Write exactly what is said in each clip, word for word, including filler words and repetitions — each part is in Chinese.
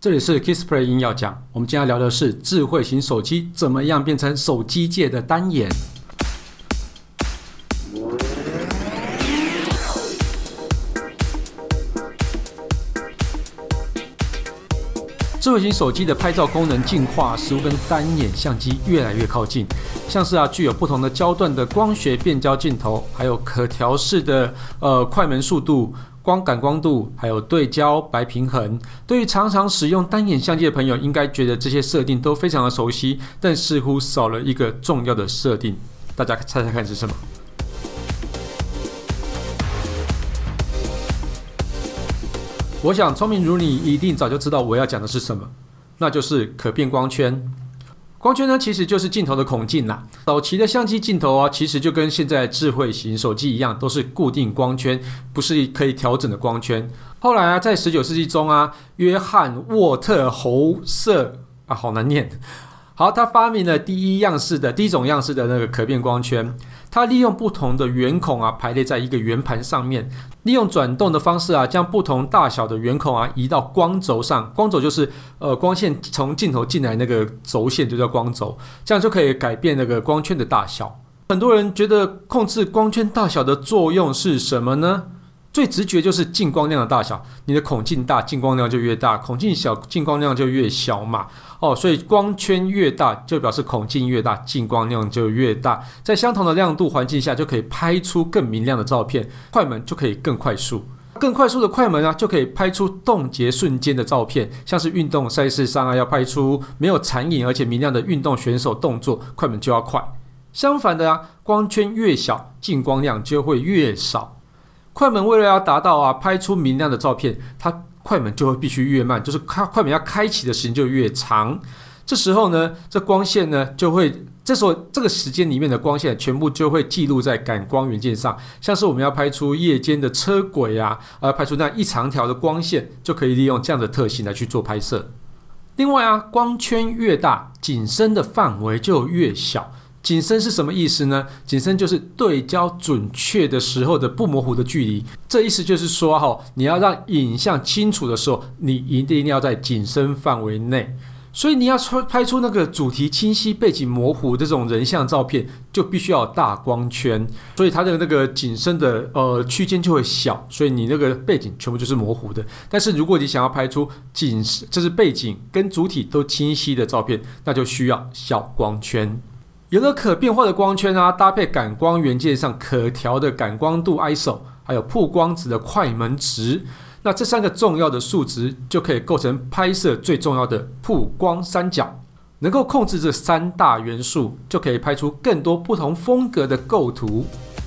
这里是 Kissplay 音要讲，我们今天要聊的是智慧型手机怎么样变成手机界的单眼。智慧型手机的拍照功能进化似乎跟单眼相机越来越靠近，像是啊具有不同的焦段的光学变焦镜头，还有可调式的呃快门速度、光感光度，还有对焦、白平衡。对于常常使用单眼相机的朋友，应该觉得这些设定都非常的熟悉，但似乎少了一个重要的设定，大家猜猜看是什么？我想聪明如你一定早就知道我要讲的是什么，那就是可变光圈。光圈呢，其实就是镜头的孔径啦。早期的相机镜头啊，其实就跟现在智慧型手机一样，都是固定光圈，不是可以调整的光圈。后来啊，在十九世纪中啊，约翰沃特侯瑟啊，好难念。好，他发明了第一样式的第一种样式的那个可变光圈。它利用不同的圆孔啊，排列在一个圆盘上面，利用转动的方式啊，将不同大小的圆孔啊移到光轴上。光轴就是呃光线从镜头进来那个轴线，就叫光轴，这样就可以改变那个光圈的大小。很多人觉得控制光圈大小的作用是什么呢？最直觉就是进光量的大小，你的孔径大，进光量就越大；孔径小，进光量就越小嘛。哦，所以光圈越大，就表示孔径越大，进光量就越大。在相同的亮度环境下，就可以拍出更明亮的照片，快门就可以更快速。更快速的快门啊，就可以拍出冻结瞬间的照片，像是运动赛事上啊，要拍出没有残影而且明亮的运动选手动作，快门就要快。相反的啊，光圈越小，进光量就会越少。快门为了要达到啊拍出明亮的照片，它快门就会必须越慢，就是快门要开启的时间就越长。这时候呢，这光线呢就会，这时候这个时间里面的光线全部就会记录在感光元件上，像是我们要拍出夜间的车轨啊，呃，拍出那一长条的光线，就可以利用这样的特性来去做拍摄。另外啊，光圈越大，景深的范围就越小。景深是什么意思呢？景深就是对焦准确的时候的不模糊的距离。这意思就是说、哦、你要让影像清楚的时候，你一定要在景深范围内。所以你要拍出那个主题清晰、背景模糊的这种人像照片，就必须要有大光圈。所以它的那个景深的呃区间就会小，所以你那个背景全部就是模糊的。但是如果你想要拍出景，就是背景跟主体都清晰的照片，那就需要小光圈。有了可变化的光圈啊，搭配感光元件上可调的感光度 I S O， 还有曝光值的快门值，那这三个重要的数值就可以构成拍摄最重要的曝光三角。能够控制这三大元素，就可以拍出更多不同风格的构图。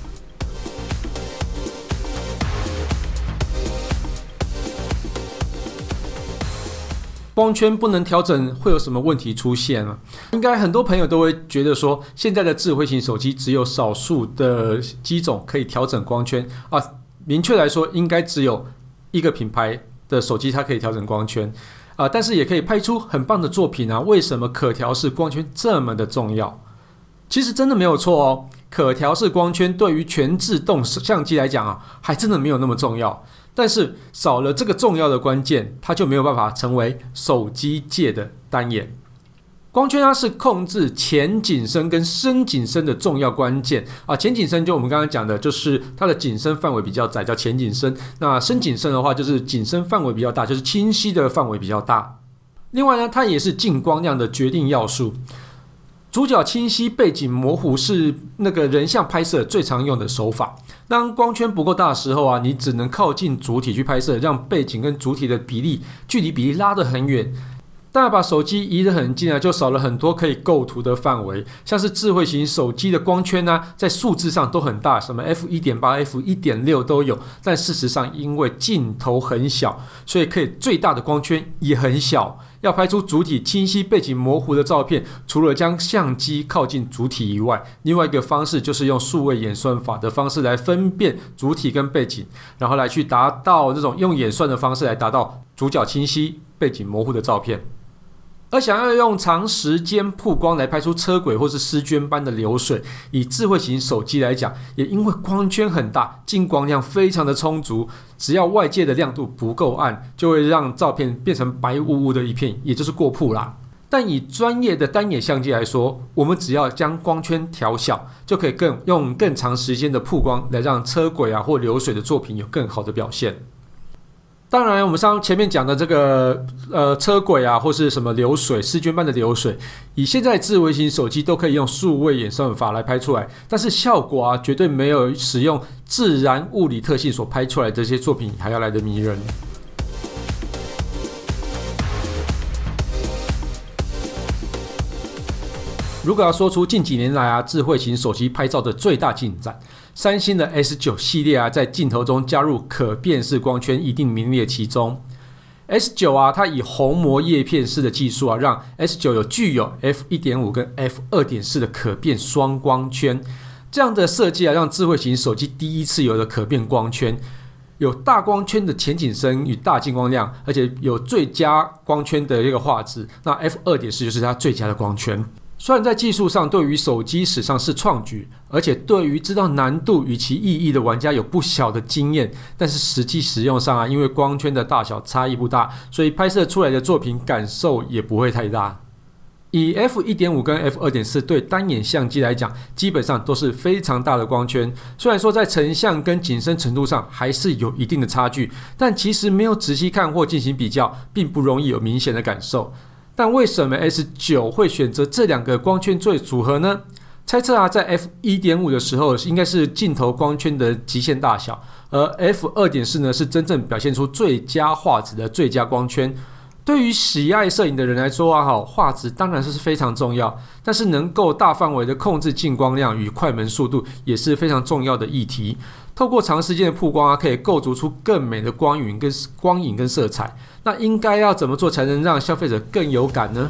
光圈不能调整会有什么问题出现吗？应该很多朋友都会觉得说，现在的智慧型手机只有少数的机种可以调整光圈啊。明确来说，应该只有一个品牌的手机它可以调整光圈啊，但是也可以拍出很棒的作品啊。为什么可调式光圈这么的重要？其实真的没有错哦，可调式光圈对于全自动相机来讲啊，还真的没有那么重要。但是少了这个重要的关键，它就没有办法成为手机界的单眼。光圈它是控制前景深跟深景深的重要关键啊。前景深就我们刚刚讲的，就是它的景深范围比较窄，叫前景深。那深景深的话，就是景深范围比较大，就是清晰的范围比较大。另外呢，它也是进光量的决定要素。主角清晰，背景模糊是那个人像拍摄最常用的手法。当光圈不够大的时候啊，你只能靠近主体去拍摄，让背景跟主体的比例距离比例拉得很远。但把手机移得很近啊，就少了很多可以构图的范围。像是智慧型手机的光圈啊，在数字上都很大，什么 F 一点八、F 一点六 都有。但事实上，因为镜头很小，所以可以最大的光圈也很小。要拍出主体清晰、背景模糊的照片，除了将相机靠近主体以外，另外一个方式就是用数位演算法的方式来分辨主体跟背景，然后来去达到这种用演算的方式来达到主角清晰、背景模糊的照片。 而想要用长时间曝光来拍出车轨或是丝绢般的流水，以智慧型手机来讲，也因为光圈很大，进光量非常的充足，只要外界的亮度不够暗，就会让照片变成白雾雾的一片，也就是过曝啦。但以专业的单眼相机来说，我们只要将光圈调小，就可以更用更长时间的曝光来让车轨啊或流水的作品有更好的表现。当然，我们上前面讲的这个呃车轨啊，或是什么流水、丝绢般的流水，以现在智慧型手机都可以用数位衍生法来拍出来，但是效果啊，绝对没有使用自然物理特性所拍出来的这些作品还要来得迷人。如果要说出近几年来啊智慧型手机拍照的最大进展，三星的 S 九 系列啊，在镜头中加入可变式光圈一定名列其中。S 九 啊，它以虹膜叶片式的技术啊，让 S 九 有具有 F 一点五 跟 F 二点四 的可变双光圈。这样的设计啊，让智慧型手机第一次有了可变光圈，有大光圈的前景深与大进光量，而且有最佳光圈的一个画质。那 F 二点四 就是它最佳的光圈。虽然在技术上对于手机史上是创举，而且对于知道难度与其意义的玩家有不小的经验，但是实际使用上啊，因为光圈的大小差异不大，所以拍摄出来的作品感受也不会太大。以 F 一点五 跟 F 二点四 对单眼相机来讲，基本上都是非常大的光圈，虽然说在成像跟景深程度上还是有一定的差距，但其实没有仔细看或进行比较，并不容易有明显的感受。但为什么 S 九 会选择这两个光圈做组合呢？猜测啊，在 F 一点五 的时候应该是镜头光圈的极限大小，而 F 二点四 呢是真正表现出最佳画质的最佳光圈。对于喜爱摄影的人来说啊，画质当然是非常重要，但是能够大范围的控制进光量与快门速度也是非常重要的议题。透过长时间的曝光啊，可以构筑出更美的光晕跟光影跟色彩。那应该要怎么做才能让消费者更有感呢？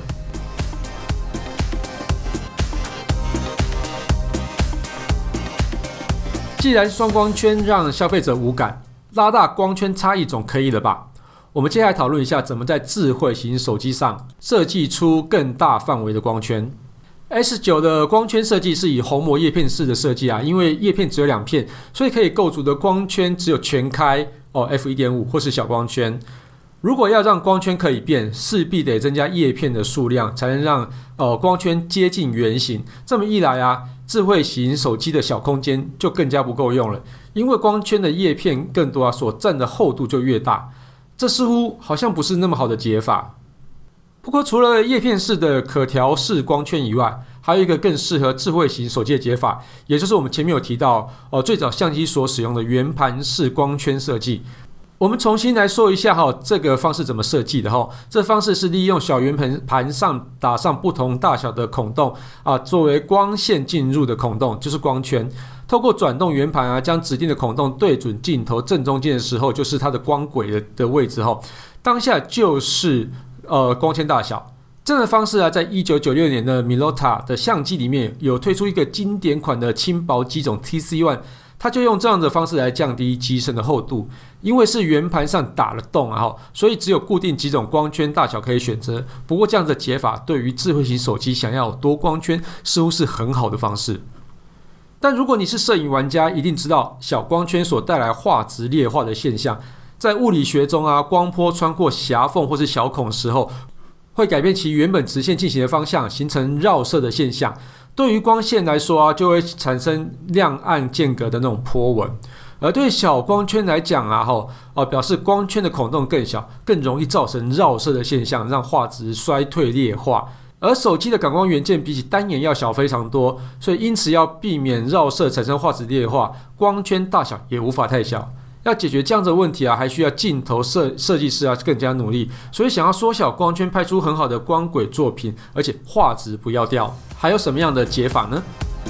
既然双光圈让消费者无感，拉大光圈差异总可以了吧？我们接下来讨论一下怎么在智慧型手机上设计出更大范围的光圈。S 九 的光圈设计是以虹膜叶片式的设计啊，因为叶片只有两片，所以可以构筑的光圈只有全开哦 F 一点五 或是小光圈。如果要让光圈可以变，势必得增加叶片的数量，才能让、呃、光圈接近圆形。这么一来啊，智慧型手机的小空间就更加不够用了，因为光圈的叶片更多啊，所占的厚度就越大。这似乎好像不是那么好的解法。不过除了叶片式的可调式光圈以外，还有一个更适合智慧型手机的解法，也就是我们前面有提到、呃、最早相机所使用的圆盘式光圈设计。我们重新来说一下哈，这个方式怎么设计的哈？这方式是利用小圆盘盘上打上不同大小的孔洞啊，作为光线进入的孔洞，就是光圈。透过转动圆盘啊，将指定的孔洞对准镜头正中间的时候，就是它的光轨 的, 的位置哈。当下就是呃光圈大小。这样的方式啊，在一九九六年的 Minolta 的相机里面有推出一个经典款的轻薄机种 T C 一，它就用这样的方式来降低机身的厚度。因为是圆盘上打了洞啊，所以只有固定几种光圈大小可以选择。不过这样的解法对于智慧型手机想要有多光圈，似乎是很好的方式。但如果你是摄影玩家，一定知道小光圈所带来画质劣化的现象。在物理学中啊，光波穿过狭缝或是小孔时候，会改变其原本直线进行的方向，形成绕射的现象。对于光线来说啊，就会产生亮暗间隔的那种波纹。而对小光圈来讲啊，呃、表示光圈的孔洞更小，更容易造成绕射的现象，让画质衰退劣化。而手机的感光元件比起单眼要小非常多，所以因此要避免绕射产生画质劣化，光圈大小也无法太小。要解决这样的问题啊，还需要镜头 设, 设计师啊更加努力。所以想要缩小光圈，拍出很好的光轨作品，而且画质不要掉，还有什么样的解法呢？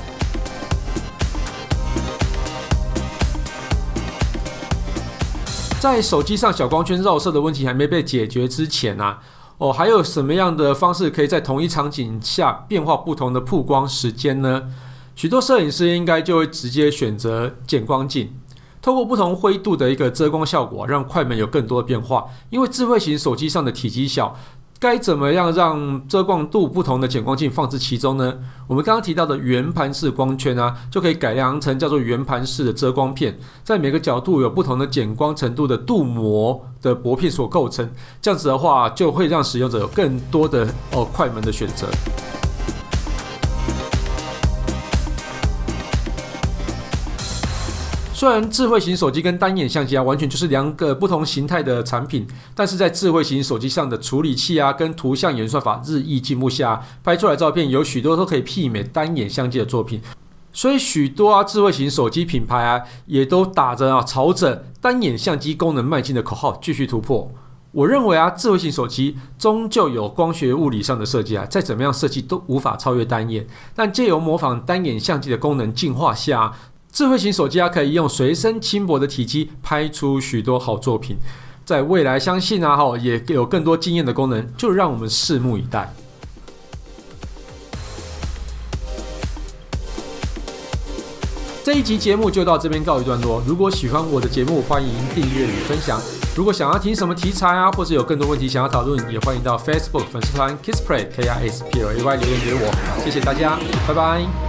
在手机上小光圈绕射的问题还没被解决之前啊，哦，还有什么样的方式可以在同一场景下变化不同的曝光时间呢？许多摄影师应该就会直接选择减光镜，透过不同灰度的一个遮光效果，让快门有更多的变化。因为智慧型手机上的体积小， 该怎么样让遮光度不同的减光镜放置其中呢？我们刚刚提到的圆盘式光圈啊，就可以改良成叫做圆盘式的遮光片，在每个角度有不同的减光程度的镀膜的薄片所构成。这样子的话，就会让使用者有更多的哦快门的选择。虽然智慧型手机跟单眼相机啊，完全就是两个不同形态的产品，但是在智慧型手机上的处理器啊，跟图像演算法日益进步下，拍出来的照片有许多都可以媲美单眼相机的作品。所以许多啊智慧型手机品牌啊，也都打着啊朝着单眼相机功能迈进的口号继续突破。我认为啊，智慧型手机终究有光学物理上的设计啊，再怎么样设计都无法超越单眼。但借由模仿单眼相机的功能进化下，智慧型手机啊，可以用随身轻薄的体积拍出许多好作品。在未来，相信啊，也有更多惊艳的功能，就让我们拭目以待。这一集节目就到这边告一段落。如果喜欢我的节目，欢迎订阅与分享。如果想要听什么题材啊，或者有更多问题想要讨论，也欢迎到 Facebook 粉丝团 Kissplay K I S P L A Y 留言给我。谢谢大家，拜拜。